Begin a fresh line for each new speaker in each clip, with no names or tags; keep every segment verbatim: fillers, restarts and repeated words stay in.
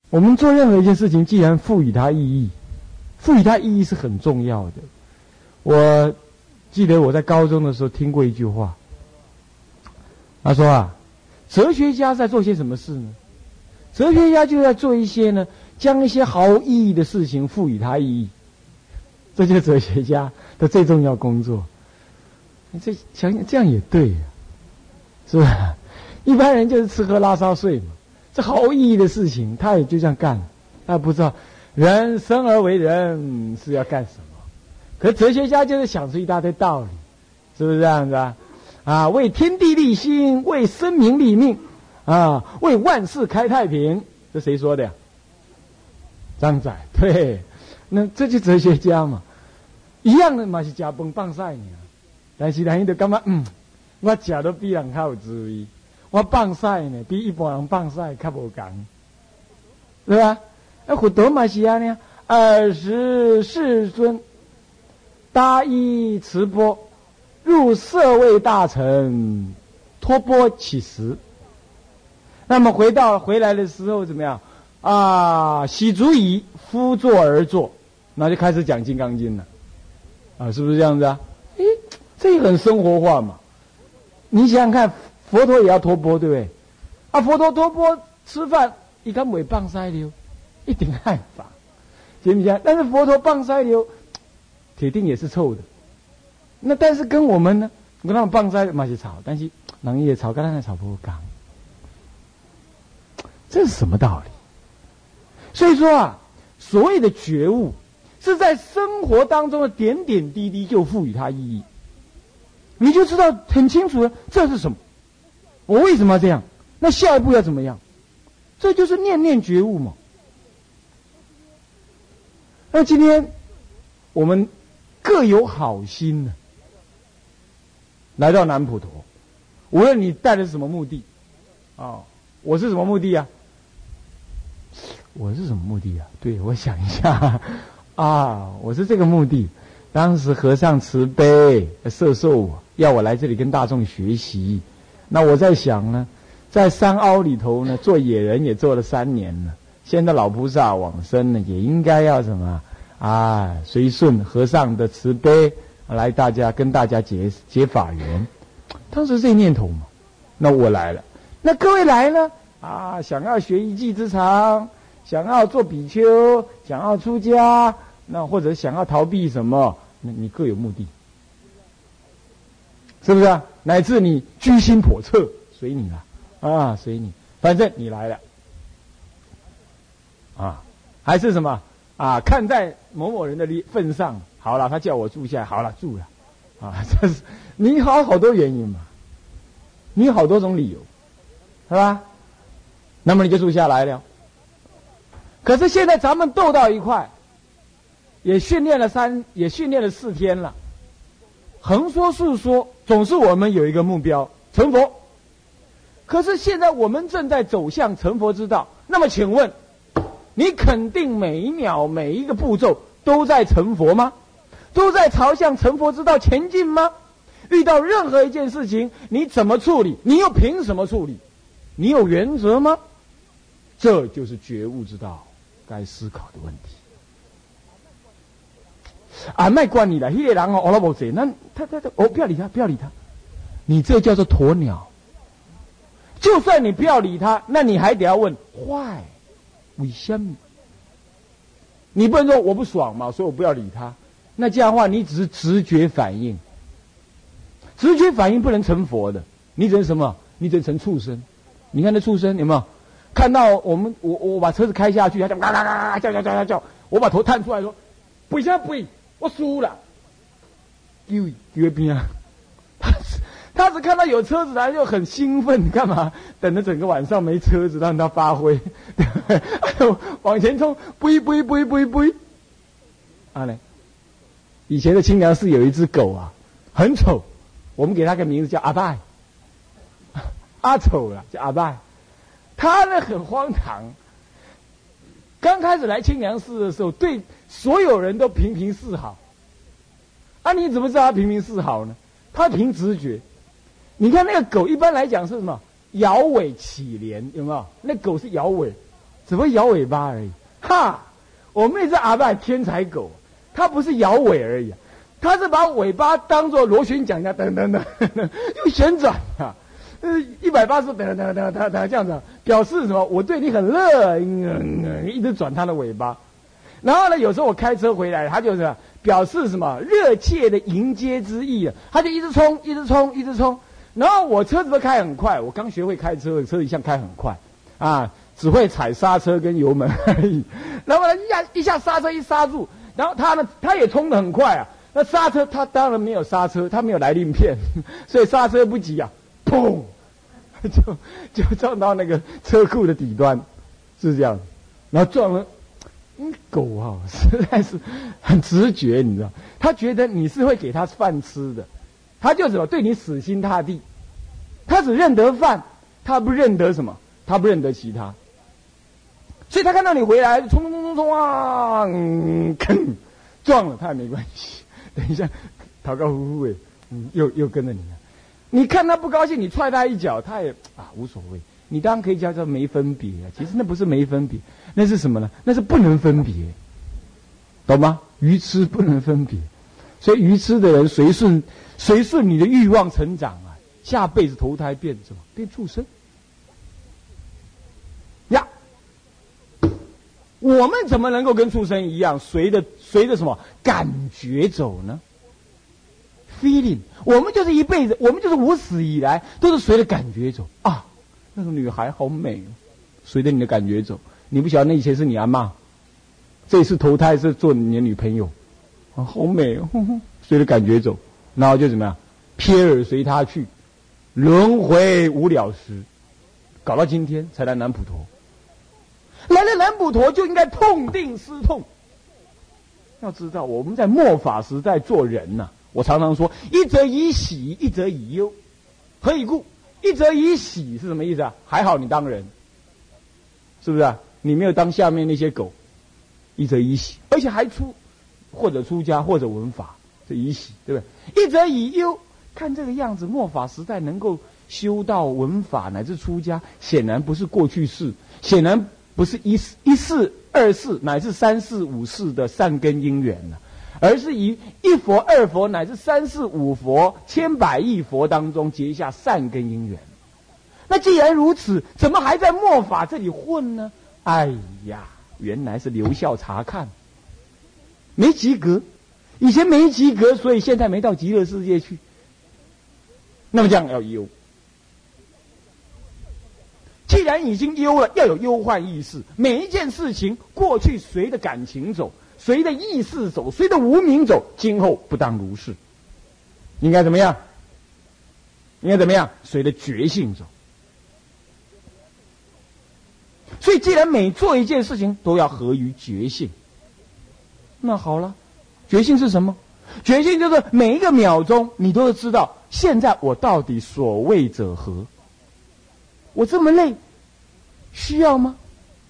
我们做任何一件事情，既然赋予它意义，赋予它意义是很重要的。我记得我在高中的时候听过一句话，他说啊，哲学家在做些什么事呢？哲学家就在做一些呢，将一些毫无意义的事情赋予它意义，这就是哲学家的最重要工作。这想想这样也对呀、啊，是吧？一般人就是吃喝拉撒睡嘛，这毫无意义的事情，他也就这样干了，他也不知道人生而为人是要干什么。可哲学家就是想出一大堆道理，是不是这样子啊？啊，为天地立心，为生民立命，啊，为万事开太平，这谁说的呀？张载。对，那这就哲学家嘛，一样的嘛是吃饭放屎呢，但是人就感觉嗯，我吃都比人较有滋味，我放屎呢比一般人放屎较无同，对吧？那佛陀嘛是安尼，尔时世尊搭衣持钵，入舍卫大臣，托钵乞食。那么回到回来的时候怎么样啊？洗足以敷座而坐，那就开始讲《金刚经》了，啊，是不是这样子啊？诶，这也很生活化嘛。你想想看，佛陀也要托钵，对不对？啊，佛陀托钵吃饭，一看尾放塞流，一定害法，行不行？但是佛陀放塞流，铁定也是臭的。那但是跟我们呢，跟他们放塞嘛是吵，但是人也吵，跟他们吵不刚。这是什么道理？所以说啊，所谓的觉悟，是在生活当中的点点滴滴就赋予它意义，你就知道很清楚了，这是什么？我为什么要这样？那下一步要怎么样？这就是念念觉悟嘛。那今天我们各有好心呢，来到南普陀，无论你带的是什么目的，啊、哦，我是什么目的啊？我是什么目的啊？对，我想一下啊，我是这个目的。当时和尚慈悲摄受我，要我来这里跟大众学习。那我在想呢，在山凹里头呢，做野人也做了三年了。现在老菩萨往生呢，也应该要什么啊？随顺和尚的慈悲，来大家跟大家结结法缘。当时这念头嘛，那我来了。那各位来了啊，想要学一技之长，想要做比丘，想要出家，那或者想要逃避什么，那你各有目的，是不是啊？乃至你居心叵测，随你了啊，随你，反正你来了啊，还是什么啊？看在某某人的份上，好了，他叫我住下来，好了，住了啊，这是你有好多原因嘛，你有好多种理由，是吧？那么你就住下来了。可是现在咱们斗到一块，也训练了三，也训练了四天了。横说竖说，总是我们有一个目标，成佛。可是现在我们正在走向成佛之道。那么请问，你肯定每一秒每一个步骤都在成佛吗？都在朝向成佛之道前进吗？遇到任何一件事情，你怎么处理？你又凭什么处理？你有原则吗？这就是觉悟之道该思考的问题。啊，卖管你了，那个人哦，我老婆贼，那他他他，哦，不要理他，不要理他，你这叫做鸵鸟。就算你不要理他，那你还得要问 why， 为什么？你不能说我不爽嘛，所以我不要理他。那这样的话，你只是直觉反应，直觉反应不能成佛的，你只能什么？你只能成畜生。你看那畜生有没有？看到我们，我我把车子开下去，他就嘎嘎嘎嘎叫叫叫叫叫，我把头探出来说，不行不行，我输了，丢丢边啊！他他只看到有车子来就很兴奋，干嘛？等了整个晚上没车子让他发挥，哎呦，往前冲，不一不一不一不一不一，啊嘞！以前的清凉寺有一只狗啊，很丑，我们给它个名字叫阿拜，阿丑了叫阿拜。他呢很荒唐，刚开始来清凉寺的时候，对所有人都频频示好。啊，你怎么知道他频频示好呢？他凭直觉。你看那个狗，一般来讲是什么？摇尾乞怜，有没有？那狗是摇尾， 只会摇尾巴而已。哈，我们那只阿伯天才狗，它不是摇尾而已、啊，它是把尾巴当作螺旋桨一样，等等等，又旋转啊，呃，一百八十度等等等等等这样子，表示什么？我对你很热，嗯嗯、一直转它的尾巴。然后呢，有时候我开车回来，它就是表示什么热切的迎接之意啊，它就一直冲，一直冲，一直冲。然后我车子都开很快，我刚学会开车，车子一向开很快啊，只会踩刹车跟油门而已。然后呢，一下一下刹车一刹住，然后它呢，它也冲得很快啊。那刹车它当然没有刹车，它没有来令片，所以刹车不及啊，砰，就就撞到那个车库的底端，是这样。然后撞了。嗯，狗啊，实在是很直觉，你知道，他觉得你是会给他饭吃的，他就什么对你死心塌地，他只认得饭，他不认得什么，他不认得其他，所以他看到你回来，冲冲冲冲冲啊，嗯，坑撞了他也没关系，等一下祷告呼呼诶，嗯，又又跟着你了，你看他不高兴，你踹他一脚，他也啊无所谓。你当然可以叫做没分别啊，其实那不是没分别，那是什么呢？那是不能分别，懂吗？愚痴不能分别，所以愚痴的人随顺随顺你的欲望成长啊，下辈子投胎变什么？变畜生呀！我们怎么能够跟畜生一样，随着随着什么感觉走呢 ？feeling， 我们就是一辈子，我们就是无始以来都是随着感觉走啊。那个女孩好美哦，随着你的感觉走。你不晓得那以前是你阿嬷，这次投胎是做你的女朋友，啊，好美哦，呵呵，随着感觉走，然后就怎么样，瞥耳随他去，轮回无了时，搞到今天才来南普陀。来了南普陀就应该痛定思痛。要知道我们在末法时代做人呐、啊，我常常说，一则以喜，一则以忧，何以故？一则以喜是什么意思啊？还好你当人，是不是啊？你没有当下面那些狗。一则以喜，而且还出或者出家或者闻法，这以喜，对不对？一则以忧，看这个样子，末法时代能够修道闻法乃至出家，显然不是过去世，显然不是一一世、二世乃至三世、五世的善根因缘了。而是以一佛、二佛乃至三世、五佛、千百亿佛当中结下善根因缘。那既然如此，怎么还在末法这里混呢？哎呀，原来是留校察看，没及格。以前没及格，所以现在没到极乐世界去。那么这样要忧。既然已经忧了，要有忧患意识。每一件事情，过去随着感情走。随着意识走，随着无名走，今后不当如是。应该怎么样？应该怎么样？随着觉性走。所以，既然每做一件事情都要合于觉性，那好了，觉性是什么？觉性就是每一个秒钟，你都要知道，现在我到底所谓者何？我这么累，需要吗？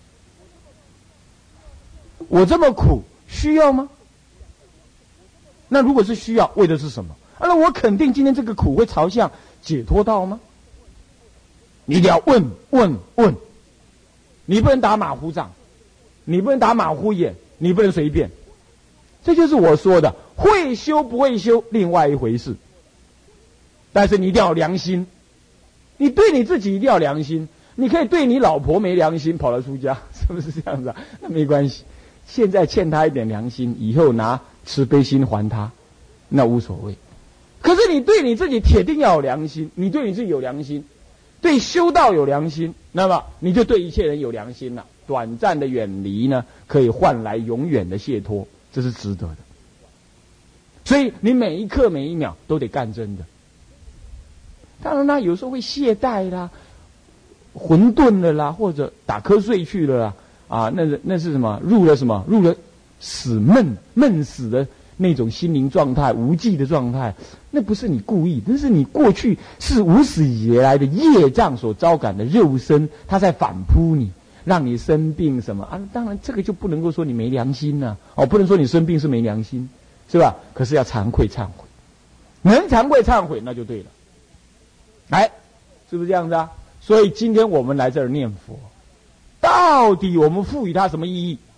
我这么苦。需要吗？那如果是需要，为的是什么？啊、那我肯定今天这个苦会朝向解脱道吗？你一定要问问问，你不能打马虎仗，你不能打马虎眼，你不能随便。这就是我说的，会修不会修，另外一回事。但是你一定要有良心，你对你自己一定要有良心。你可以对你老婆没良心，跑来出家，是不是这样子啊？那没关系。现在欠他一点良心，以后拿慈悲心还他，那无所谓。可是你对你自己铁定要有良心，你对你自己有良心，对修道有良心，那么你就对一切人有良心了。短暂的远离呢，可以换来永远的解脱，这是值得的。所以你每一刻每一秒都得干真的。当然啦，有时候会懈怠啦，混沌了啦，或者打瞌睡去了啦。啊，那是那是什么？入了什么？入了死闷闷死的那种心灵状态，无记的状态。那不是你故意，那是你过去是无始以来的业障所招感的肉身，它在反扑你，让你生病什么啊？当然，这个就不能够说你没良心呐、啊，哦，不能说你生病是没良心，是吧？可是要惭愧忏悔，能惭愧忏悔那就对了。哎，是不是这样子啊？所以今天我们来这儿念佛。 到底我们赋予它什么意义？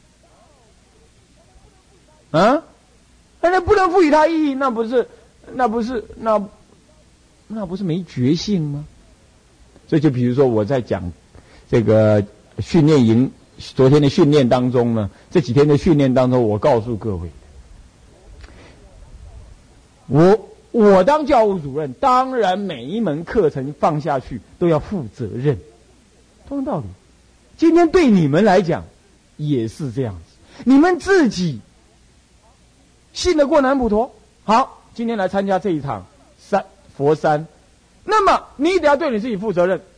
啊？那不能赋予它意义，那不是，那不是，那那不是没觉性吗？所以就比如说我在讲这个训练营，昨天的训练当中呢，这几天的训练当中，我告诉各位，我我当教务主任，当然每一门课程放下去都要负责任，同样道理。今天对你们来讲也是这样子，你们自己信得过南普陀，好，今天来参加这一场山佛山，那么你得要对你自己负责任。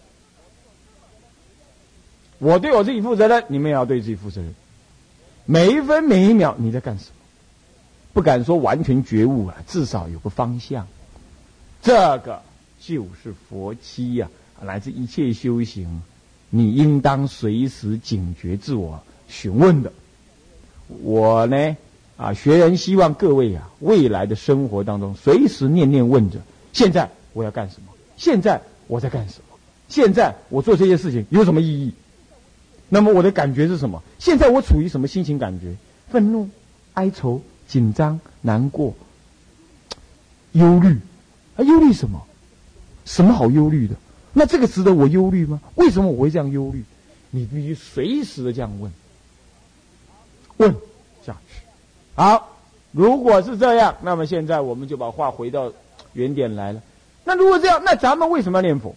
我对我自己负责任，你们也要对自己负责任。每一分每一秒你在干什么？不敢说完全觉悟啊，至少有个方向。这个就是佛七呀、啊，来自一切修行，你应当随时警觉自我询问的。我呢，啊，学人希望各位啊，未来的生活当中，随时念念问着：现在我要干什么？现在我在干什么？现在我做这些事情有什么意义？那么我的感觉是什么？现在我处于什么心情感觉？愤怒、哀愁、紧张、难过、忧虑。啊，忧虑什么？什么好忧虑的？那这个值得我忧虑吗？为什么我会这样忧虑？你必须随时的这样问，问下去。好，如果是这样，那么现在我们就把话回到原点来了。那如果这样，那咱们为什么要念佛？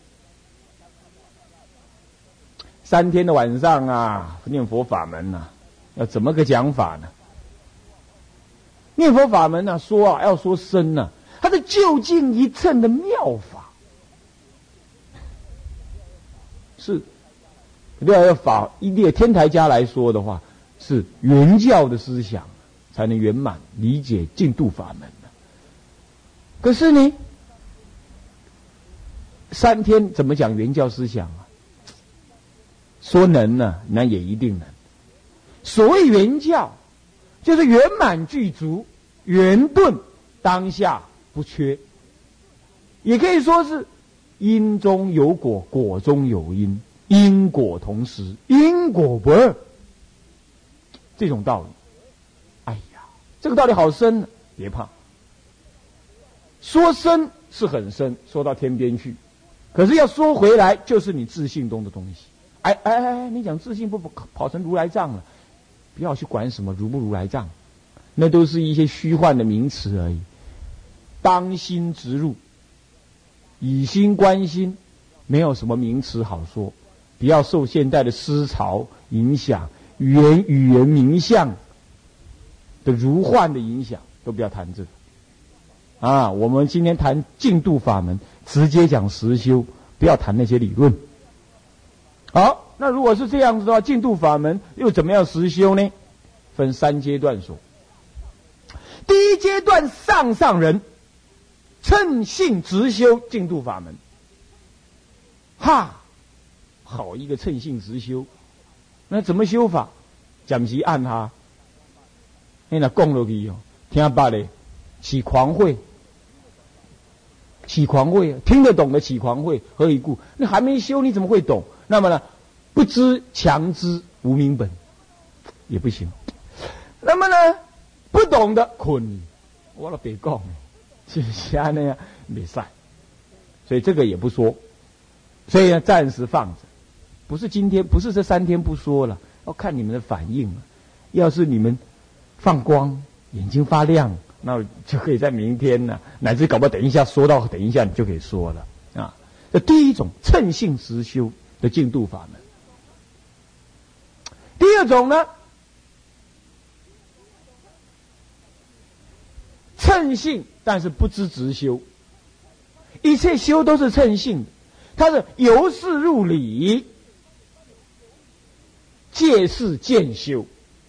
三天的晚上啊，念佛法门啊，要怎么个讲法呢？念佛法门啊，说啊，要说深啊，它是究竟一乘的妙法，是。要法以列天台家来说的话，是原教的思想才能圆满理解净土法门的。可是呢，三天怎么讲原教思想啊？说能呢，那也一定能。所谓原教，就是圆满具足，圆顿当下不缺，也可以说是因中有果，果中有因，因果同时，因果不二。这种道理，哎呀，这个道理好深呢，别怕。说深是很深，说到天边去，可是要说回来，就是你自信中的东西。哎哎哎，你讲自信不跑成如来藏了，不要去管什么如不如来藏，那都是一些虚幻的名词而已。当心直入，以心观心，没有什么名词好说。不要受现代的思潮影响，语言语言名相的如幻的影响，都不要谈这个。啊，我们今天谈净土法门，直接讲实修，不要谈那些理论。好，那如果是这样子的话，净土法门又怎么样实修呢？分三阶段说。第一阶段，上上人乘性直修净土法门。哈，好一个乘性直修，那怎么修法？暂时按他，那那讲落去哦，听罢嘞，起狂会，起狂会，听得懂的起狂会，何以故？那还没修，你怎么会懂？那么呢，不知强知无明本，也不行。那么呢，不懂的困，我都别讲，就是那样没赛，所以这个也不说，所以呢，暂时放着。不是今天，不是这三天不说了，要看你们的反应了。要是你们放光，眼睛发亮，那就可以在明天呢，乃至搞不好等一下说到，等一下你就可以说了啊。这第一种乘性实修的净土法门。第二种呢，乘性但是不知直修，一切修都是乘性的，它是由事入理，借事见修，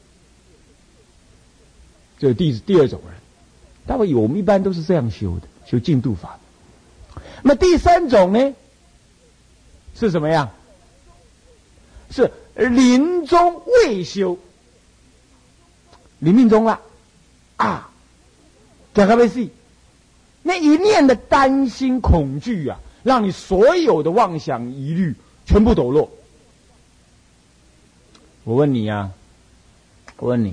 这是第第二种人。大概我们一般都是这样修的，修净土法。那么第三种呢，是什么样？是临终未修，临命终了啊，讲个没事，那一念的担心恐惧啊，让你所有的妄想疑虑全部抖落。 我问你啊，我问你，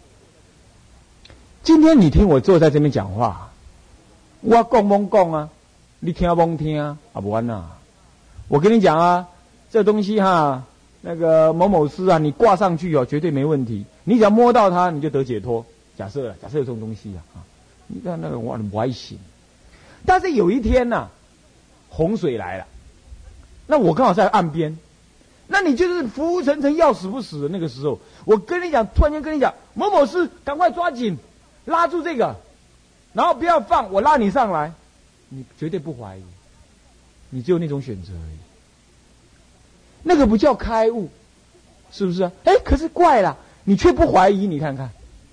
今天你听我坐在这边讲话，我讲懵讲啊，你听懵听啊，啊不完啊！我跟你讲啊，这东西哈，那个某某师啊，你挂上去哦，绝对没问题。你只要摸到它，你就得解脱。假设假设有这种东西啊，啊，你看那个我不爱信。但是有一天呐、啊，洪水来了，那我刚好在岸边，那你就是浮浮沉沉要死不死的那个时候，我跟你讲，突然间跟你讲，某某师，赶快抓紧，拉住这个，然后不要放，我拉你上来，你绝对不怀疑，你只有那种选择而已。那个不叫开悟，是不是啊？哎，可是怪了，你却不怀疑，你看看，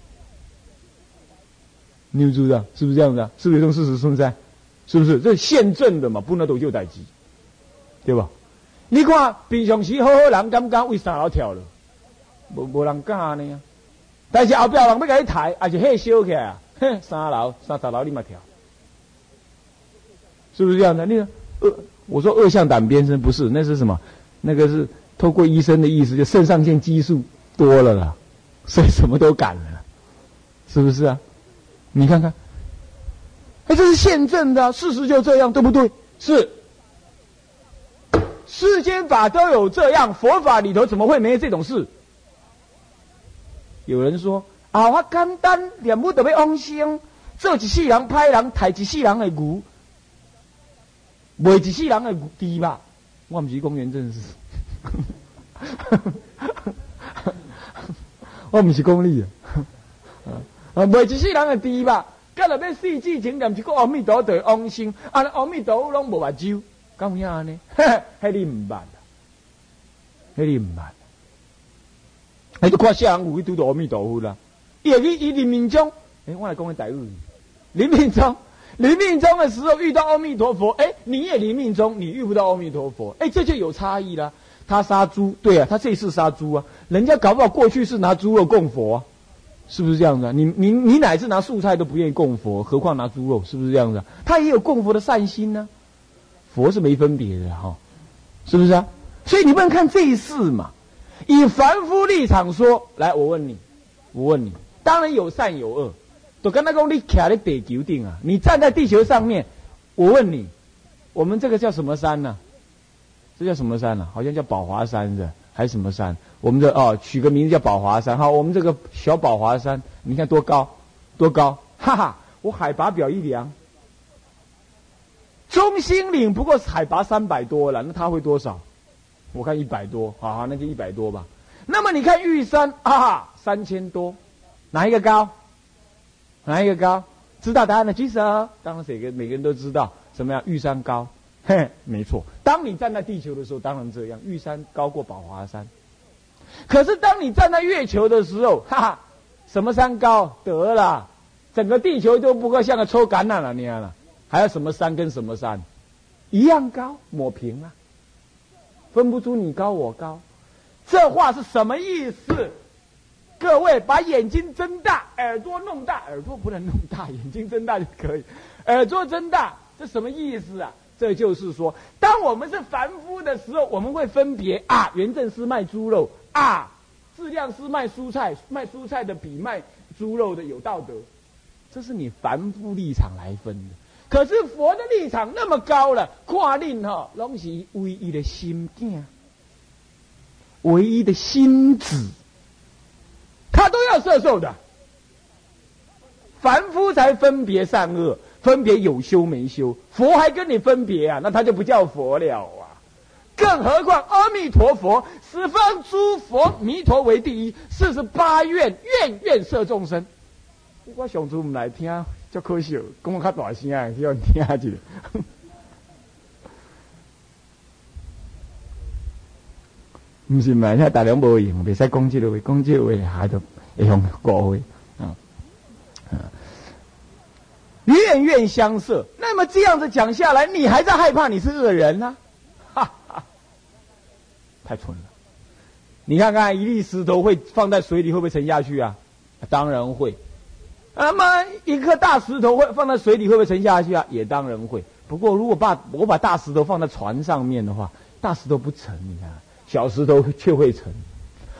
你有知道是不是这样子啊？是不是有这种事实存在？是不是？这是现证的嘛，不能都就代志，对吧？你看平常时好好人敢不敢为三楼跳了？无无人敢呢。但是后壁人要甲你抬，而且嘿烧起来啊，嘿三楼、三十楼你嘛跳，是不是这样的？那个恶，我说恶向胆边生不是，那是什么？那个是透过医生的意思，就肾上腺激素多了啦，所以什么都敢了，是不是啊？你看看，哎，这是现证的、啊，事实就这样，对不对？是。世间法都有这样，佛法里头怎么会没有这种事？有人说啊，我简单念不得要往生，做一世人歹人，抬一世人的牛，卖一世人的猪吧。我不是公园正事，我不是公理的。啊，卖一世人的猪吧，干了要死之前念一个阿弥陀佛往生，啊，阿弥陀佛拢无目睭。咁样呢？迄你唔捌啦，迄你唔捌。你都看下人有去拄到阿弥陀佛啦。伊会去伊临命中，诶、欸，我来讲个台语。临命中，临命中的时候遇到阿弥陀佛，诶、欸，你也临命中，你遇不到阿弥陀佛，诶、欸，这就有差异啦。他杀猪，对啊，他这次杀猪啊，人家搞不好过去是拿猪肉供佛啊，是不是这样子啊？你你你乃至拿素菜都不愿意供佛，何况拿猪肉，是不是这样子啊？他也有供佛的善心呢、啊。佛是没分别的哈、哦，是不是啊？所以你不能看这一世嘛。以凡夫立场说，来，我问你，我问你，当然有善有恶。都跟他讲，你徛在地球顶啊，你站在地球上面，我问你，我们这个叫什么山呢、啊？这叫什么山呢、啊？好像叫宝华山的，还是什么山？我们这哦，取个名字叫宝华山。好，我们这个小宝华山，你看多高，多高，哈哈，我海拔表一量。中心岭不过海拔三百多了，那它会多少？我看一百多，啊，那就一百多吧。那么你看玉山啊，三千多，哪一个高？哪一个高？知道答案的举手。当然每个每个人都知道，怎么样？玉山高，嘿，没错。当你站在地球的时候，当然这样，玉山高过宝华山。可是当你站在月球的时候，哈哈，什么山高？得了，整个地球都不过像个抽橄榄了那样了。还有什么山跟什么山一样高，抹平了，分不出你高我高。这话是什么意思？各位把眼睛睁大，耳朵弄大，耳朵不能弄大，眼睛睁大就可以，耳朵睁大，这什么意思啊？这就是说，当我们是凡夫的时候，我们会分别啊，元正师卖猪肉啊，质量师卖蔬菜，卖蔬菜的比卖猪肉的有道德，这是你凡夫立场来分的。可是佛的立场那么高了，看恁哈，拢是唯一的心境，唯一的心子，他都要摄受的。凡夫才分别善恶，分别有修没修，佛还跟你分别啊，那他就不叫佛了啊。更何况阿弥陀佛，十方诸佛弥陀为第一，四十八愿，愿愿摄众生。我上次唔来听。较可惜，讲我较大声啊，希望听一下。唔是嘛？现大量无用，袂使讲这个话，讲这个话下头会用误会啊啊！愿愿相摄，那么这样子讲下来，你还在害怕你是恶人呢、啊？哈哈，太蠢了！你看看一粒石头会放在水里，会不会沉下去啊？当然会。那么一颗大石头会放在水里会不会沉下去啊？也当然会。不过如果把我把大石头放在船上面的话，大石头不沉，你看，小石头却会沉。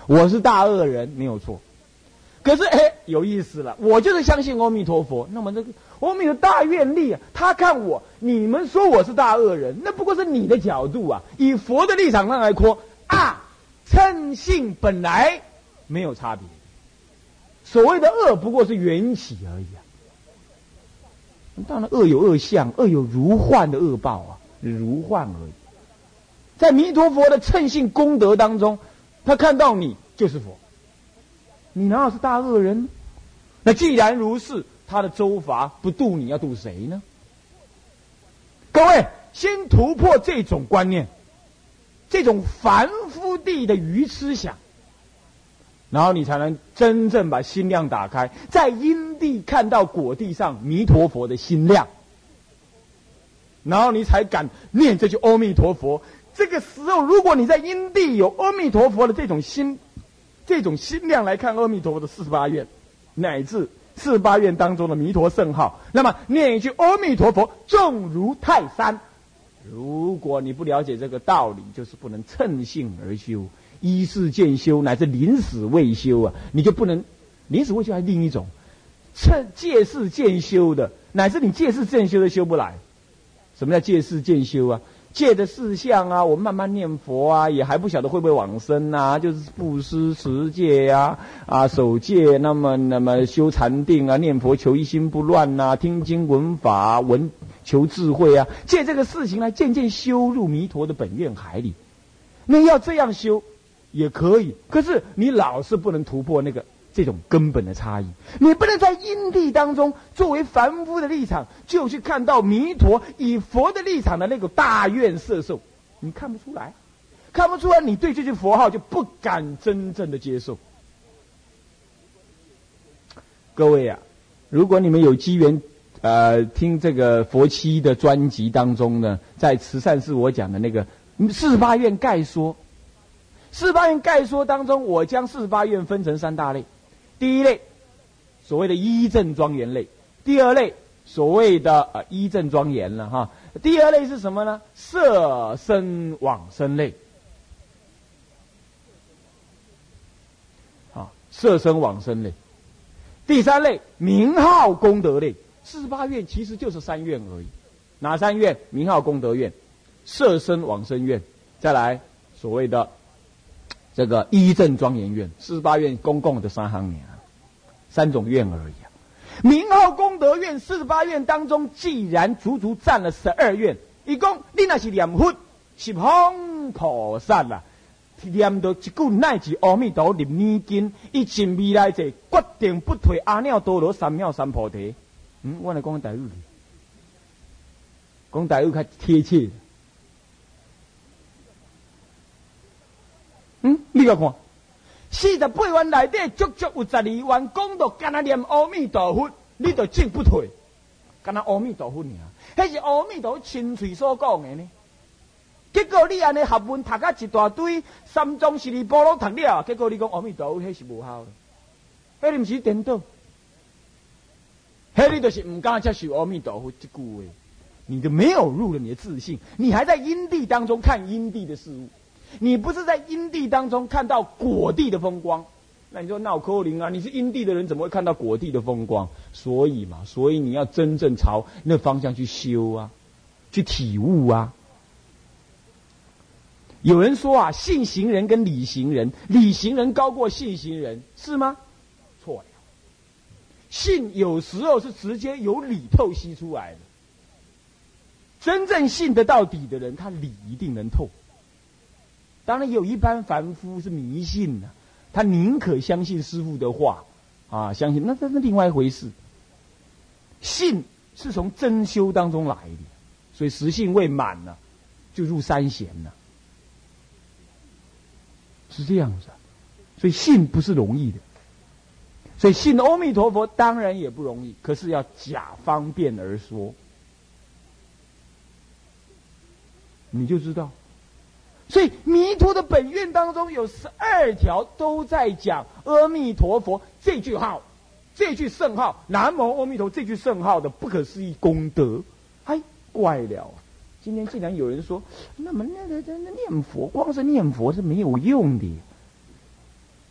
我是大恶人，没有错。可是，哎，有意思了，我就是相信阿弥陀佛。那么这个阿弥陀大愿力啊，他看我，你们说我是大恶人，那不过是你的角度啊。以佛的立场上来说啊，称性本来没有差别，所谓的恶不过是缘起而已啊。当然，恶有恶相，恶有如幻的恶报啊，如幻而已。在弥陀佛的称性功德当中，他看到你就是佛。你哪有是大恶人呢？那既然如是，他的州罚不度你，要度谁呢？各位，先突破这种观念，这种凡夫地的愚痴想，然后你才能真正把心量打开，在因地看到果地上弥陀佛的心量，然后你才敢念这句阿弥陀佛。这个时候，如果你在因地有阿弥陀佛的这种心。这种心量来看阿弥陀佛的四十八愿，乃至四十八愿当中的弥陀圣号，那么念一句阿弥陀佛，重如泰山。如果你不了解这个道理，就是不能乘性而修，依事渐修，乃至临死未修啊，你就不能临死未修，还另一种趁借事渐修的，乃至你借事渐修都修不来。什么叫借事渐修啊？借的事项啊，我们慢慢念佛啊，也还不晓得会不会往生啊，就是布施、持戒呀、啊，啊守戒，那么那么修禅定啊，念佛求一心不乱呐、啊，听经闻法、啊、闻求智慧啊，借这个事情来渐渐修入弥陀的本愿海里。那要这样修也可以，可是你老是不能突破那个这种根本的差异，你不能在因地当中作为凡夫的立场，就去看到弥陀以佛的立场的那个大愿摄受，你看不出来，看不出来，你对这句佛号就不敢真正的接受。各位啊，如果你们有机缘，呃，听这个佛七的专辑当中呢，在慈善寺我讲的那个四十八愿概说，四十八愿概说当中，我将四十八愿分成三大类。第一类，所谓的依正庄严类；第二类，所谓的呃依正庄严了哈；第二类是什么呢？色身往生类。啊，色身往生类。第三类，名号功德类。四十八愿其实就是三愿而已，哪三愿？名号功德愿、色身往生愿，再来所谓的这个依正庄严愿。四十八愿公共的三行年，三种愿而已啊。名号功德愿四十八愿当中，既然足足占了十二愿，一共你那是念佛十方菩萨啦，念到一句乃至阿弥陀入念经，一尽未来者决定不退阿耨多罗三藐三菩提。嗯，我来讲台语，讲台语较贴切。嗯，你来看，四十八愿内底足足有十二愿讲到，干那念阿弥陀佛，你就进不退，干那阿弥陀佛尔，迄是阿弥陀佛亲嘴所讲的呢。结果你安尼学问读啊一大堆，三藏十二部都读了，结果你讲阿弥陀佛，迄是无效的，迄你毋是颠倒，迄你就是唔敢接受阿弥陀佛这句话，你就没有入了你的自信，你还在因地当中看因地的事物。你不是在因地当中看到果地的风光，那你说闹可怜啊？你是因地的人，怎么会看到果地的风光？所以嘛，所以你要真正朝那方向去修啊，去体悟啊。有人说啊，信行人跟理行人，理行人高过信行人，是吗？错了。信有时候是直接由理透析出来的，真正信得到底的人，他理一定能透。当然有一般凡夫是迷信的、啊，他宁可相信师父的话，啊，相信那这是另外一回事。信是从真修当中来的，所以实性未满了、啊，就入三贤了、啊，是这样子、啊。所以信不是容易的，所以信阿弥陀佛当然也不容易，可是要假方便而说，你就知道。所以弥陀的本愿当中有十二条都在讲阿弥陀佛这句号，这句圣号南无阿弥陀这句圣号的不可思议功德。哎，怪了，今天竟然有人说，那么那个那念佛光是念佛是没有用的，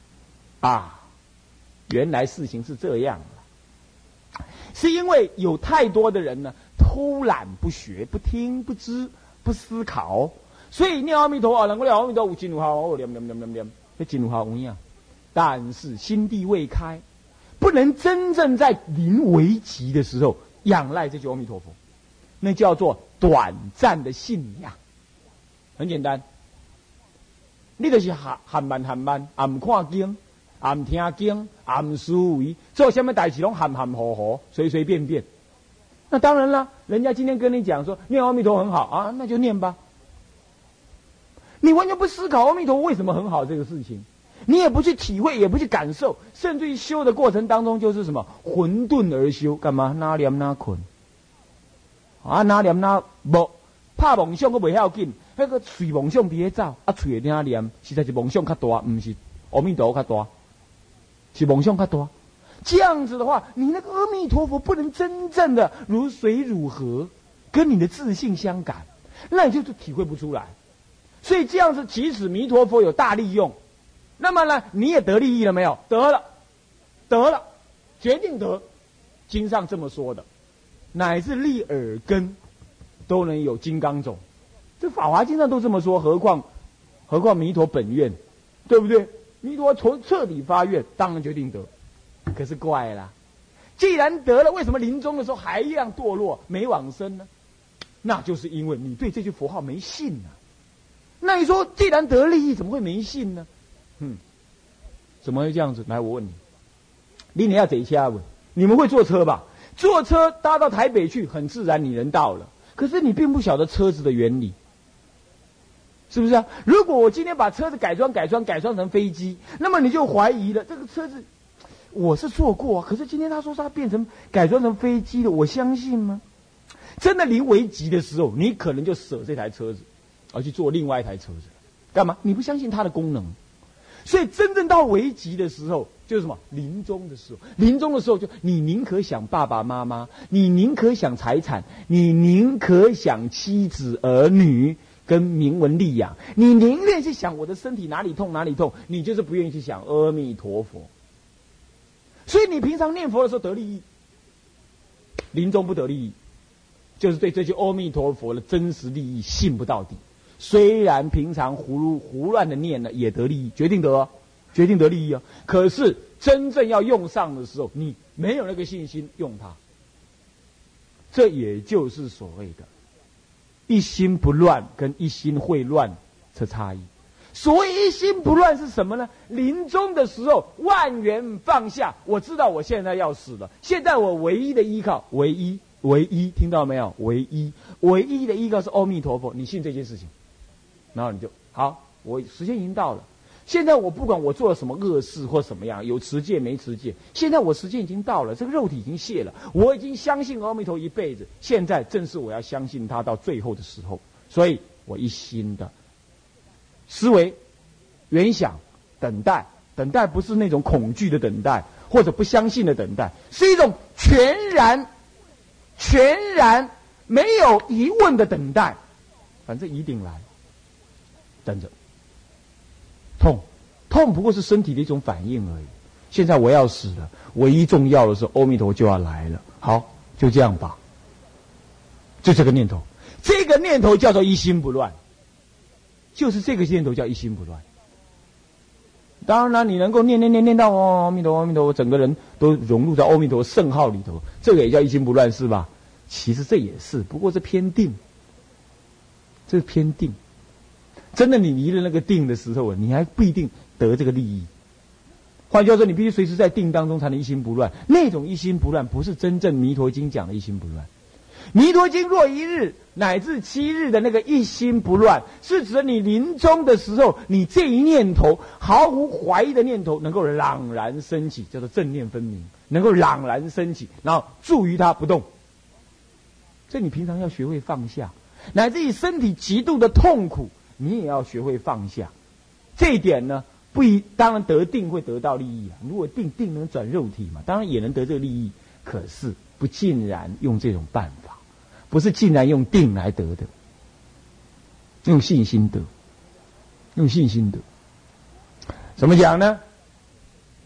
啊，原来事情是这样的，是因为有太多的人呢偷懒不学、不听、不知、不思考，所以念阿弥陀佛，能够念阿弥陀佛，真有效，哦，念念念念念，那真有效有影。但是心地未开，不能真正在临危急的时候仰赖这句阿弥陀佛，那叫做短暂的信仰。很简单，你就是喊喊慢喊慢，也唔看经，也唔听经，也唔思维，做什么代志拢含含糊糊，随随便便。那当然了，人家今天跟你讲说念阿弥陀很好啊，那就念吧。你完全不思考阿弥陀为什么很好这个事情，你也不去体会，也不去感受，甚至于修的过程当中就是什么混沌而修，干嘛哪念哪困啊，哪念哪无拍梦想，我袂晓紧，那个嘴梦想伫咧走，啊嘴在哪念，实在是梦想较大，不是阿弥陀较大，是梦想较大。这样子的话，你那个阿弥陀佛不能真正的如水如河，跟你的自信相感，那你就是体会不出来。所以这样子，即使弥陀佛有大利用，那么呢，你也得利益了没有？得了，得了，决定得。经上这么说的，乃至立耳根都能有金刚种。这法华经上都这么说，何况何况弥陀本愿，对不对？弥陀从彻底发愿，当然决定得。可是怪了，既然得了，为什么临终的时候还一样堕落没往生呢？那就是因为你对这句佛号没信啊。那你说，既然得利益，怎么会没信呢？嗯，怎么会这样子？来，我问你，你你要坐车不？你们会坐车吧？坐车搭到台北去，很自然你人到了，可是你并不晓得车子的原理，是不是啊？如果我今天把车子改装改装改装成飞机，那么你就怀疑了，这个车子我是坐过啊，可是今天他说它变成改装成飞机了，我相信吗？真的临危急的时候，你可能就舍这台车子，而去坐另外一台车子，干嘛？你不相信它的功能。所以真正到危急的时候，就是什么？临终的时候，临终的时候就你宁可想爸爸妈妈，你宁可想财产，你宁可想妻子儿女跟名闻利养，你宁愿去想我的身体哪里痛哪里痛，你就是不愿意去想阿弥陀佛。所以你平常念佛的时候得利益，临终不得利益，就是对这句阿弥陀佛的真实利益信不到底。虽然平常胡胡乱的念呢，也得利益，决定得、哦，决定得利益啊、哦。可是真正要用上的时候，你没有那个信心用它。这也就是所谓的一心不乱跟一心会乱的差异。所谓一心不乱是什么呢？临终的时候万缘放下，我知道我现在要死了，现在我唯一的依靠，唯一唯一，听到没有？唯一唯一的依靠是阿弥陀佛，你信这件事情，然后你就好，我时间已经到了，现在我不管我做了什么恶事或什么样，有持戒没持戒，现在我时间已经到了，这个肉体已经谢了，我已经相信阿弥陀一辈子，现在正是我要相信他到最后的时候，所以我一心的思维、原想、等待，等待不是那种恐惧的等待，或者不相信的等待，是一种全然、全然没有疑问的等待，反正一定来，等着。痛，痛不过是身体的一种反应而已。现在我要死了，唯一重要的是阿弥陀就要来了。好，就这样吧。就这个念头，这个念头叫做一心不乱。就是这个念头叫一心不乱。当然了，你能够念念念念到阿弥陀阿弥陀，整个人都融入在阿弥陀圣号里头，这个也叫一心不乱是吧？其实这也是，不过是偏定，这是偏定。真的，你离了那个定的时候，你还不一定得这个利益。换句话说，你必须随时在定当中才能一心不乱。那种一心不乱，不是真正弥陀经讲的一心不乱。弥陀经若一日乃至七日的那个一心不乱，是指你临终的时候，你这一念头毫无怀疑的念头能够朗然升起，叫做正念分明，能够朗然升起，然后住于它不动。这你平常要学会放下，乃至于身体极度的痛苦，你也要学会放下。这一点呢，不一当然得定会得到利益啊。如果定定能转肉体嘛，当然也能得这个利益，可是不尽然用这种办法，不是尽然用定来得的，用信心得，用信心得。怎么讲呢？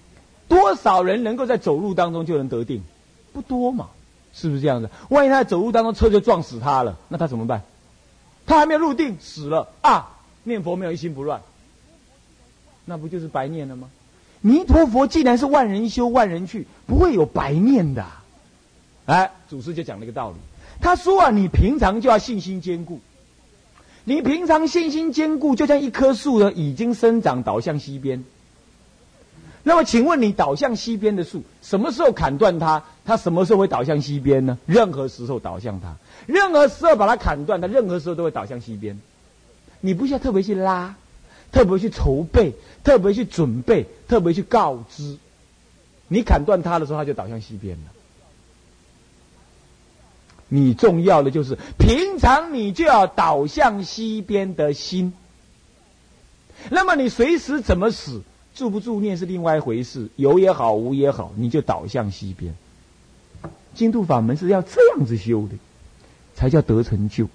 多少人能够在走路当中就能得定？不多嘛，是不是这样子？万一他在走路当中车就撞死他了，那他怎么办？他还没有入定，死了啊！念佛没有一心不乱，那不就是白念了吗？弥陀佛既然是万人修万人去，不会有白念的。哎，祖师就讲了一个道理，他说啊，你平常就要信心坚固。你平常信心坚固，就像一棵树呢，已经生长倒向西边。那么，请问你倒向西边的树，什么时候砍断它？它什么时候会倒向西边呢？任何时候倒向它，任何时候把它砍断，它任何时候都会倒向西边。你不需要特别去拉，特别去筹备，特别去准备，特别去告知。你砍断它的时候，它就倒向西边了。你重要的就是平常你就要倒向西边的心。那么你随时怎么死，住不住念是另外一回事，有也好无也好，你就倒向西边。净土法门是要这样子修的，才叫得成就。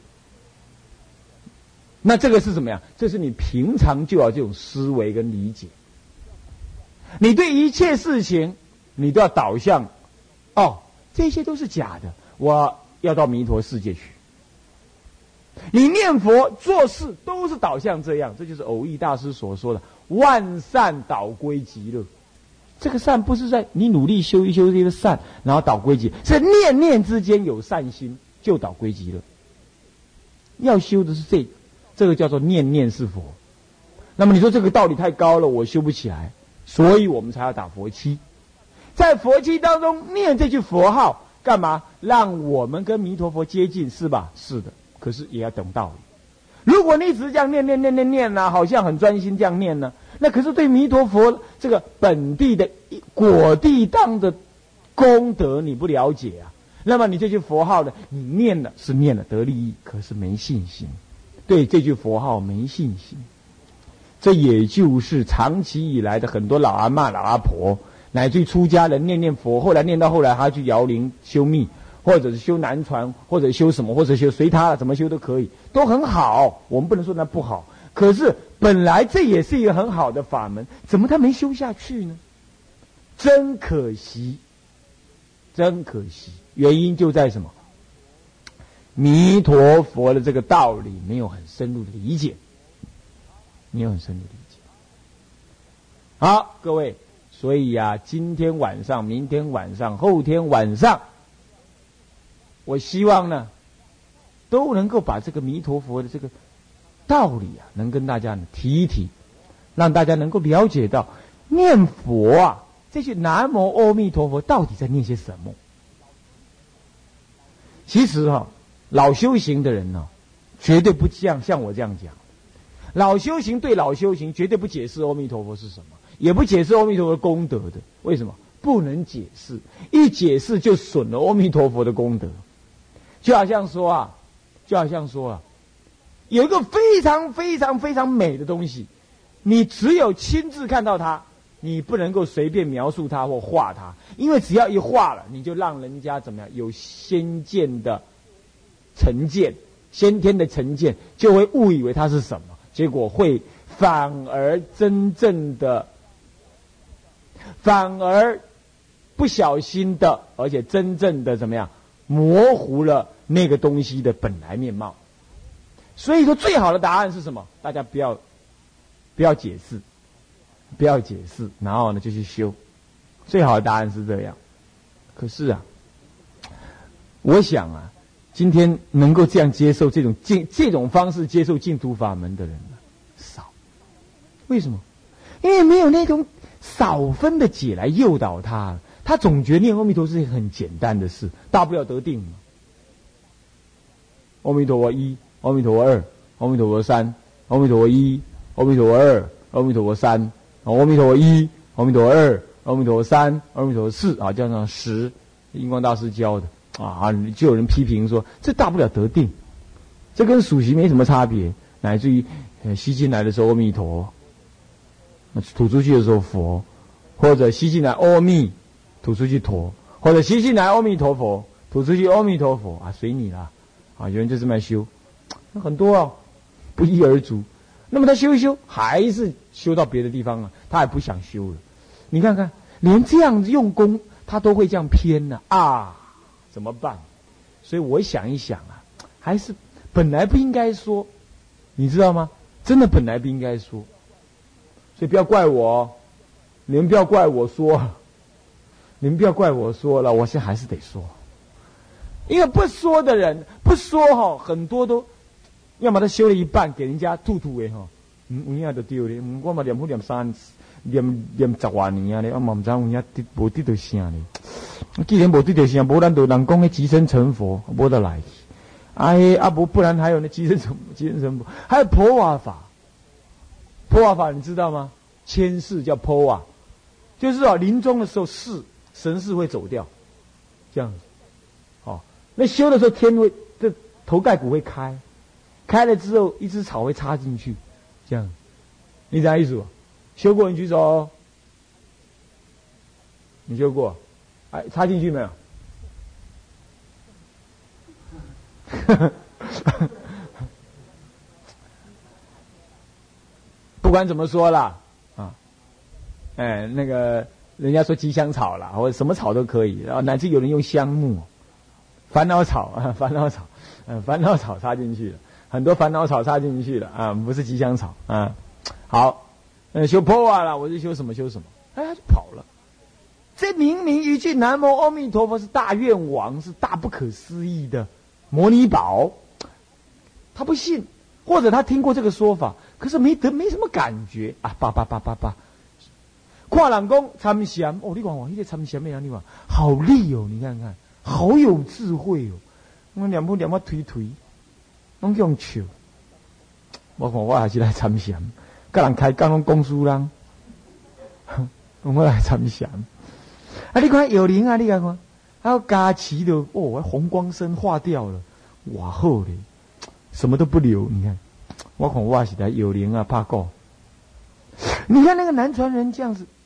那这个是怎么样？这是你平常就要这种思维跟理解。你对一切事情你都要导向，哦，这些都是假的，我要到弥陀世界去。你念佛做事都是导向这样，这就是偶益大师所说的万善导归极乐。这个善不是在你努力修一修这个善然后导归极，是念念之间有善心就导归极乐。要修的是这个，这个叫做念念是佛。那么你说这个道理太高了，我修不起来，所以我们才要打佛七。在佛七当中念这句佛号干嘛？让我们跟弥陀佛接近，是吧？是的，可是也要懂道理。如果你只是这样念念念念念啊，好像很专心这样念呢、啊，那可是对弥陀佛这个本地的果地当的功德你不了解啊，那么你这句佛号呢，你念了是念了得利益，可是没信心，对这句佛号没信心。这也就是长期以来的很多老阿嬷、老阿婆，乃至于出家人念念佛，后来念到后来，他去摇铃修密，或者是修南传，或者修什么，或者修随他了，怎么修都可以，都很好。我们不能说那不好，可是本来这也是一个很好的法门，怎么他没修下去呢？真可惜，真可惜。原因就在什么？弥陀佛的这个道理没有很深入的理解。没有很深入理解。好，各位，所以呀、啊，今天晚上、明天晚上、后天晚上，我希望呢，都能够把这个弥陀佛的这个道理啊，能跟大家呢提一提，让大家能够了解到念佛啊，这句南无阿弥陀佛到底在念些什么。其实哈、啊，老修行的人呢、啊，绝对不像像我这样讲。老修行对老修行绝对不解释阿弥陀佛是什么，也不解释阿弥陀佛的功德的。为什么？不能解释，一解释就损了阿弥陀佛的功德。就好像说啊，就好像说啊，有一个非常非常非常美的东西，你只有亲自看到它，你不能够随便描述它或画它，因为只要一画了，你就让人家怎么样有先见的成见，先天的成见，就会误以为它是什么。结果会反而真正的，反而不小心的，而且真正的怎么样，模糊了那个东西的本来面貌。所以说，最好的答案是什么？大家不要不要解释，不要解释，然后呢就去修。最好的答案是这样。可是啊，我想啊。今天能够这样接受这种净这种方式接受净土法门的人呢，少。为什么？因为没有那种少分的解来诱导他，他总觉得念阿弥陀是一个很简单的事，大不了得定嘛。阿弥陀佛一，阿弥陀佛二，阿弥陀佛三，阿弥陀佛一，阿弥陀佛二，阿弥陀佛三，阿弥陀佛一，阿弥陀佛二，阿弥陀佛三，阿弥陀佛四啊，这样十，印光大师教的。啊，就有人批评说，这大不了得定，这跟数息没什么差别，乃至于呃吸进来的时候阿弥陀，吐出去的时候佛，或者吸进来阿弥，吐出去陀，或者吸进来阿弥陀佛，吐出去阿弥陀佛啊，随你啦。啊，有人就这么修，很多啊，不一而足。那么他修一修，还是修到别的地方了，他也不想修了。你看看， 连这样用功他都会这样偏呢 啊, 啊，怎么办？所以我想一想啊，还是本来不应该说，你知道吗？真的本来不应该说，所以不要怪我，你们不要怪我说，你们不要怪我说了，我现在还是得说，因为不说的人不说哈，很多都要么他修了一半给人家吐吐的哈，嗯，有影就丢咧，我嘛念佛念三念念十多年啊咧，我嘛唔知有影得无得到啥咧。既然无得到啥，无咱就人讲的即身成佛，无得来。哎，啊不，不然还有那即身成即身成佛，还有婆瓦法。婆瓦法你知道吗？千世叫婆瓦，就是哦，临终的时候世神识会走掉，这样子。哦，那修的时候天会这头盖骨会开，开了之后一只草会插进去，这样。你啥意思？修过你举手。你修过？哎，插进去没有？不管怎么说啦，啊，哎，那个人家说吉祥草啦，或者什么草都可以，然后乃至有人用香木、烦恼草啊，烦恼草，嗯、呃，烦恼草插进去了，很多烦恼草插进去了啊，不是吉祥草啊。好，呃，修破瓦啦，我是修什么修什么，哎，他就跑了。这明明一句南无阿弥陀佛是大愿王，是大不可思议的摩尼宝，他不信，或者他听过这个说法，可是没得没什么感觉啊！叭叭叭叭叭，看人讲参禅哦，你看我那个参禅咩样？你看好利哦，你看看，好有智慧哦。我念不念我推推，拢用笑。我看我还是来参禅，跟人开讲拢讲书人，我来参禅。啊！你看有灵啊！你看看，还有加持的哦，红光身化掉了，哇好嘞，什么都不留。你看，我看我是来有灵啊，怕够。你看那个南传人这样子，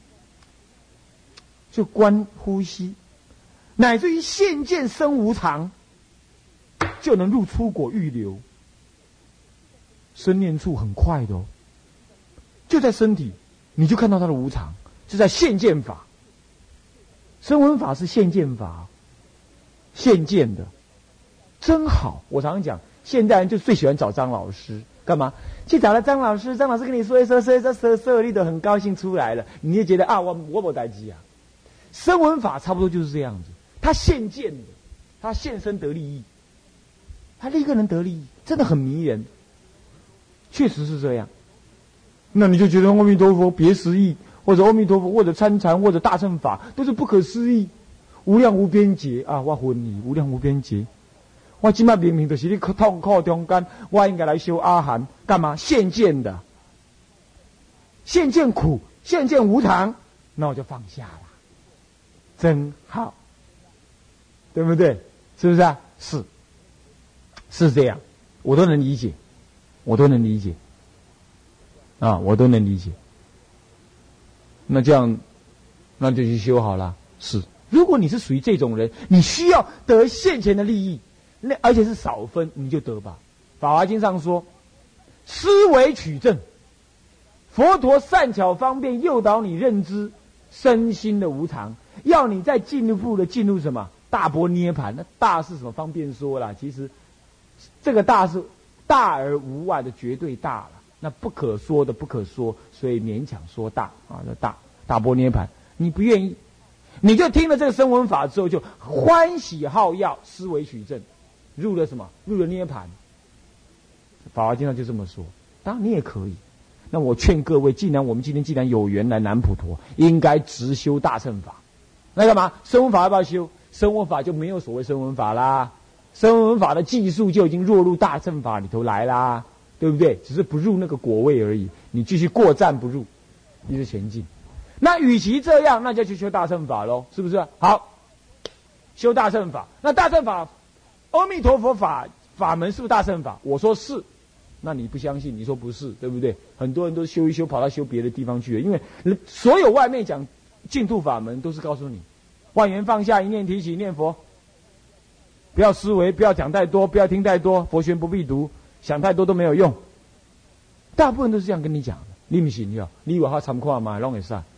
就观呼吸，乃至于现见生无常，就能入出果预流，生念处很快的哦，就在身体，你就看到它的无常，是在现见法。声闻法是现见法，现见的，真好。我常常讲，现代人就最喜欢找张老师，干嘛？去找了张老师，张老师跟你说一说，说一说，说说你都很高兴出来了，你就觉得啊，我我没代志啊。声闻法差不多就是这样子，他现见的，他现身得利益，他立刻能得利益，真的很迷人，确实是这样。那你就觉得阿弥陀佛别实义。或者阿弥陀佛，或者参禅，或者大乘法，都是不可思议、无量无边劫啊！我昏你无量无边劫，我今麦明明就是你痛苦中间，我应该来修阿含，干嘛？现见的，现见苦，现见无常，那我就放下了，真好，对不对？是不是啊？是，是这样，我都能理解，我都能理解，啊，我都能理解。那这样，那就去修好了。是，如果你是属于这种人，你需要得现前的利益，那而且是少分，你就得吧。法华经上说，思维取证，佛陀善巧方便诱导你认知身心的无常，要你再进一步的进入什么大般涅盘。那大是什么？方便说啦，其实这个大是大而无外的绝对大了。那不可说的不可说，所以勉强说大啊，这大大般涅盘，你不愿意，你就听了这个声闻法之后，就欢喜好要，思维取证，入了什么？入了涅盘。法华经上就这么说，当然你也可以。那我劝各位，既然我们今天既然有缘来南普陀，应该直修大乘法。那干嘛？声闻法要不要修？声闻法就没有所谓声闻法啦，声闻法的技术就已经落入大乘法里头来啦。对不对？只是不入那个果位而已，你继续过站不入，一直前进。那与其这样，那就去修大乘法喽，是不是？好，修大乘法。那大乘法，阿弥陀佛法法门是不是大乘法？我说是，那你不相信，你说不是，对不对？很多人都修一修，跑到修别的地方去了，因为所有外面讲净土法门都是告诉你，万缘放下，一念提起，念佛，不要思维，不要讲太多，不要听太多，佛学不必读。想太多都没有用，大部分都是这样跟你讲的。你不信哟？你以为他参看嘛？拢会使。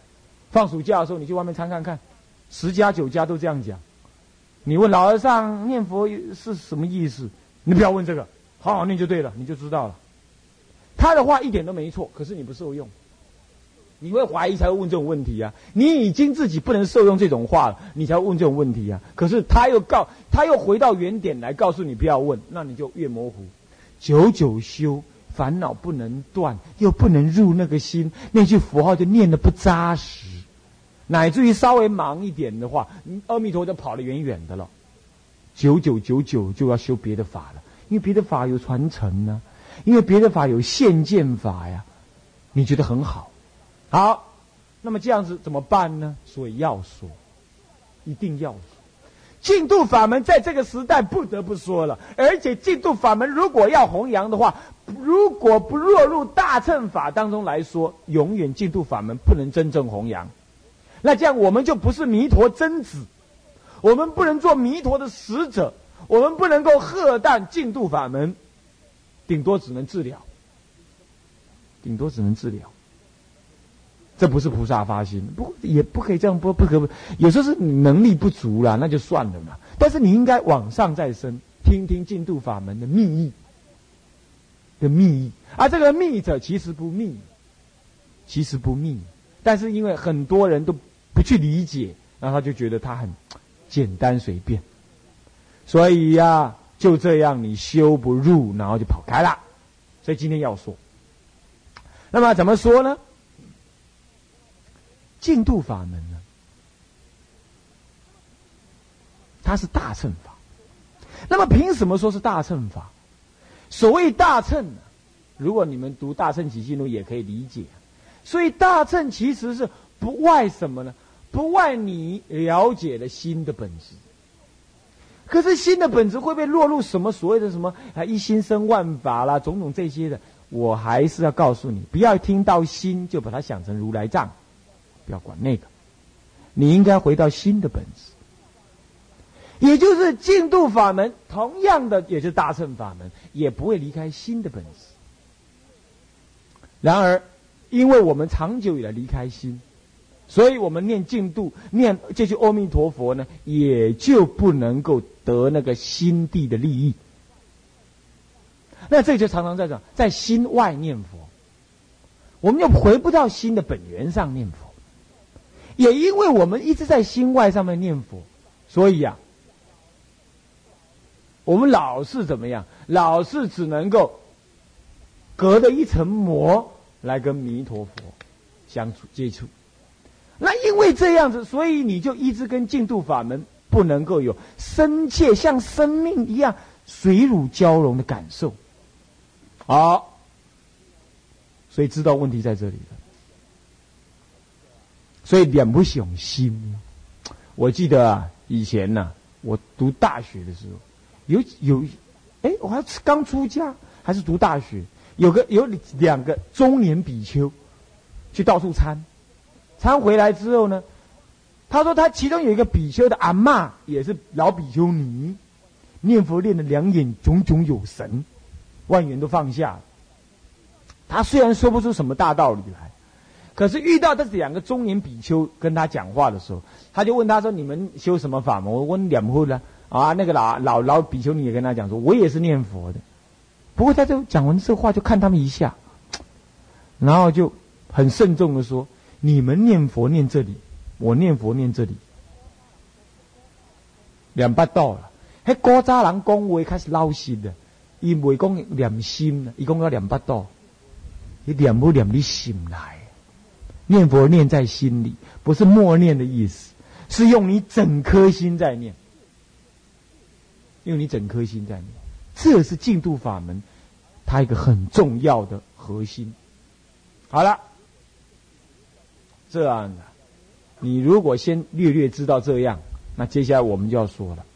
放暑假的时候，你去外面参看看，十家九家都这样讲。你问老和尚念佛是什么意思？你不要问这个，好好念就对了，你就知道了。他的话一点都没错，可是你不受用，你会怀疑才会问这种问题啊！你已经自己不能受用这种话了，你才会问这种问题啊！可是他又告，他又回到原点来告诉你不要问，那你就越模糊。久久修，烦恼不能断，又不能入那个心，那句佛号就念得不扎实，乃至于稍微忙一点的话，阿弥陀就跑得远远的了。久久久久就要修别的法了，因为别的法有传承呢、啊，因为别的法有现见法呀，你觉得很好。好，那么这样子怎么办呢？所以要说，一定要说。净土法门在这个时代不得不说了，而且净土法门如果要弘扬的话，如果不落入大乘法当中来说，永远净土法门不能真正弘扬。那这样我们就不是弥陀真子，我们不能做弥陀的使者，我们不能够荷担净土法门，顶多只能治疗，顶多只能治疗。这不是菩萨发心，不也不可以这样，不不可，有时候是你能力不足啦，那就算了嘛。但是你应该往上再升，听听净土法门的密意的密意，而这个密者其实不密，其实不密，但是因为很多人都不去理解，然后他就觉得他很简单随便，所以呀、啊，就这样你修不入，然后就跑开了。所以今天要说，那么怎么说呢？净土法门呢，它是大乘法。那么凭什么说是大乘法？所谓大乘呢，如果你们读《大乘起信录》也可以理解。所以大乘其实是不外什么呢？不外你了解了心的本质。可是心的本质会被落入什么所谓的什么啊一心生万法啦，种种这些的，我还是要告诉你，不要听到心就把它想成如来藏。不要管那个，你应该回到心的本质，也就是净土法门，同样的也就是大乘法门，也不会离开心的本质。然而，因为我们长久以来离开心，所以我们念净土、念这句阿弥陀佛呢，也就不能够得那个心地的利益。那这就常常在讲，在心外念佛，我们又回不到心的本源上念佛。也因为我们一直在心外上面念佛，所以啊，我们老是怎么样？老是只能够隔着一层膜来跟弥陀佛相处接触。那因为这样子，所以你就一直跟净土法门不能够有深切像生命一样水乳交融的感受。好，所以知道问题在这里了。所以两不雄心。我记得啊，以前呢、啊，我读大学的时候，有有，哎，我还刚出家，还是读大学，有个有两个中年比丘，去到处参，参回来之后呢，他说他其中有一个比丘的阿嬷也是老比丘尼，念佛念得两眼炯炯有神，万缘都放下了。他虽然说不出什么大道理来。可是遇到这两个中年比丘跟他讲话的时候，他就问他说：“你们修什么法门？”我问两户呢啊，那个老老老比丘尼也跟他讲说：“我也是念佛的。”不过他就讲完这话，就看他们一下，然后就很慎重的说：“你们念佛念这里，我念佛念这里，两八道了。”迄古早人讲话开始老实的，伊唔会讲念心，伊讲到两八道，伊念不念你心来。念佛念在心里，不是默念的意思，是用你整颗心在念，用你整颗心在念，这是净土法门它一个很重要的核心。好了，这样的，你如果先略略知道这样，那接下来我们就要说了，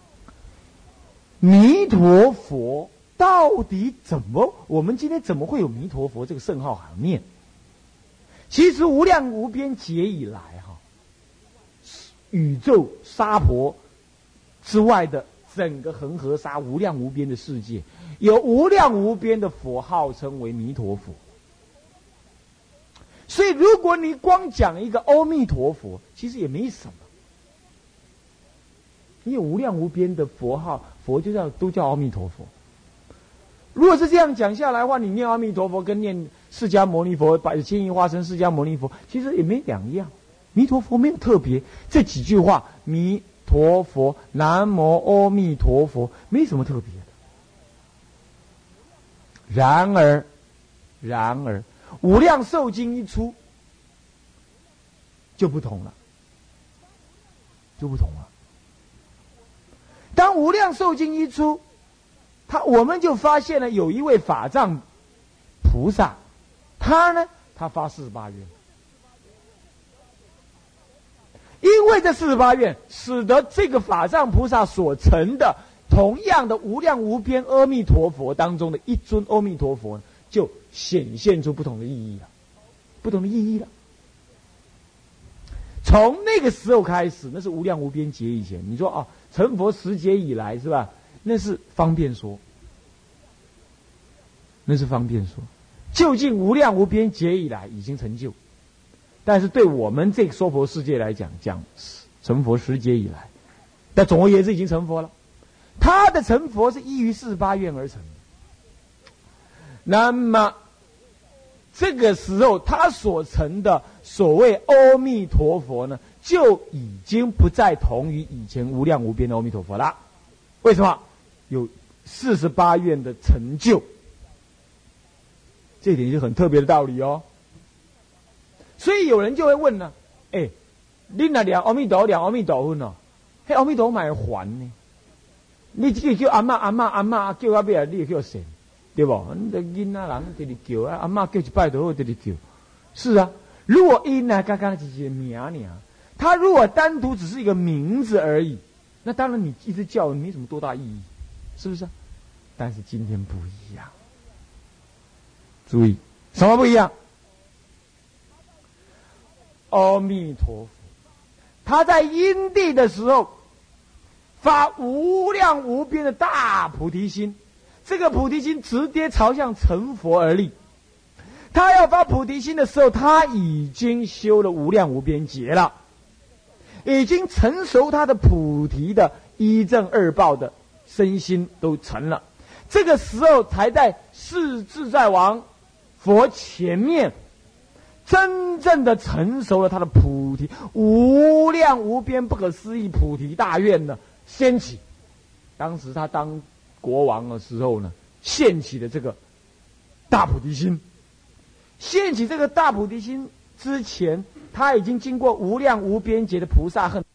弥陀佛到底怎么，我们今天怎么会有弥陀佛这个圣号行念？其实无量无边劫以来哈，宇宙沙婆之外的整个恒河沙无量无边的世界，有无量无边的佛号称为弥陀佛。 所以如果你光讲一个阿弥陀佛，其实也没什么。因为无量无边的佛号，佛就叫都叫阿弥陀佛。如果是这样讲下来的话，你念阿弥陀佛跟念释迦牟尼佛、百千亿化身释迦牟尼佛，其实也没两样。弥陀佛没有特别，这几句话，弥陀佛、南无阿弥陀佛，没什么特别的。然而，然而，无量寿经一出，就不同了，就不同了。当无量寿经一出，他我们就发现了有一位法藏菩萨，他呢，他发四十八愿，因为这四十八愿，使得这个法藏菩萨所成的同样的无量无边阿弥陀佛当中的一尊阿弥陀佛，就显现出不同的意义了，不同的意义了。从那个时候开始，那是无量无边劫以前，你说哦，成佛十劫以来是吧？那是方便说，那是方便说，究竟无量无边劫以来已经成就，但是对我们这个娑婆世界来讲，讲成佛十劫以来，但总而言之已经成佛了。他的成佛是依于四十八愿而成的。那么这个时候他所成的所谓阿弥陀佛呢，就已经不再同于以前无量无边的阿弥陀佛了。为什么？有四十八愿的成就，这一点是很特别的道理哦。所以有人就会问呢，哎，你那念阿弥陀念阿弥陀佛呢？嘿，阿弥陀买还呢？你这个叫阿嬷阿嬷阿嬷叫到尾啊，你叫神，对不？你这囡仔人直直叫啊，阿嬷叫一拜就好，直直叫。是啊，如果因啊刚刚只是名而已，他如果单独只是一个名字而已，那当然你一直叫没什么多大意义，是不是？但是今天不一样，注意什么不一样？阿弥陀佛，他在因地的时候发无量无边的大菩提心，这个菩提心直接朝向成佛而立。他要发菩提心的时候，他已经修了无量无边劫了，已经成熟他的菩提的一正二报的身心都成了。这个时候才在世自在王佛前面真正的成熟了他的菩提无量无边不可思议菩提大愿呢掀起。当时他当国王的时候呢，现起的这个大菩提心，现起这个大菩提心之前，他已经经过无量无边劫的菩萨恨。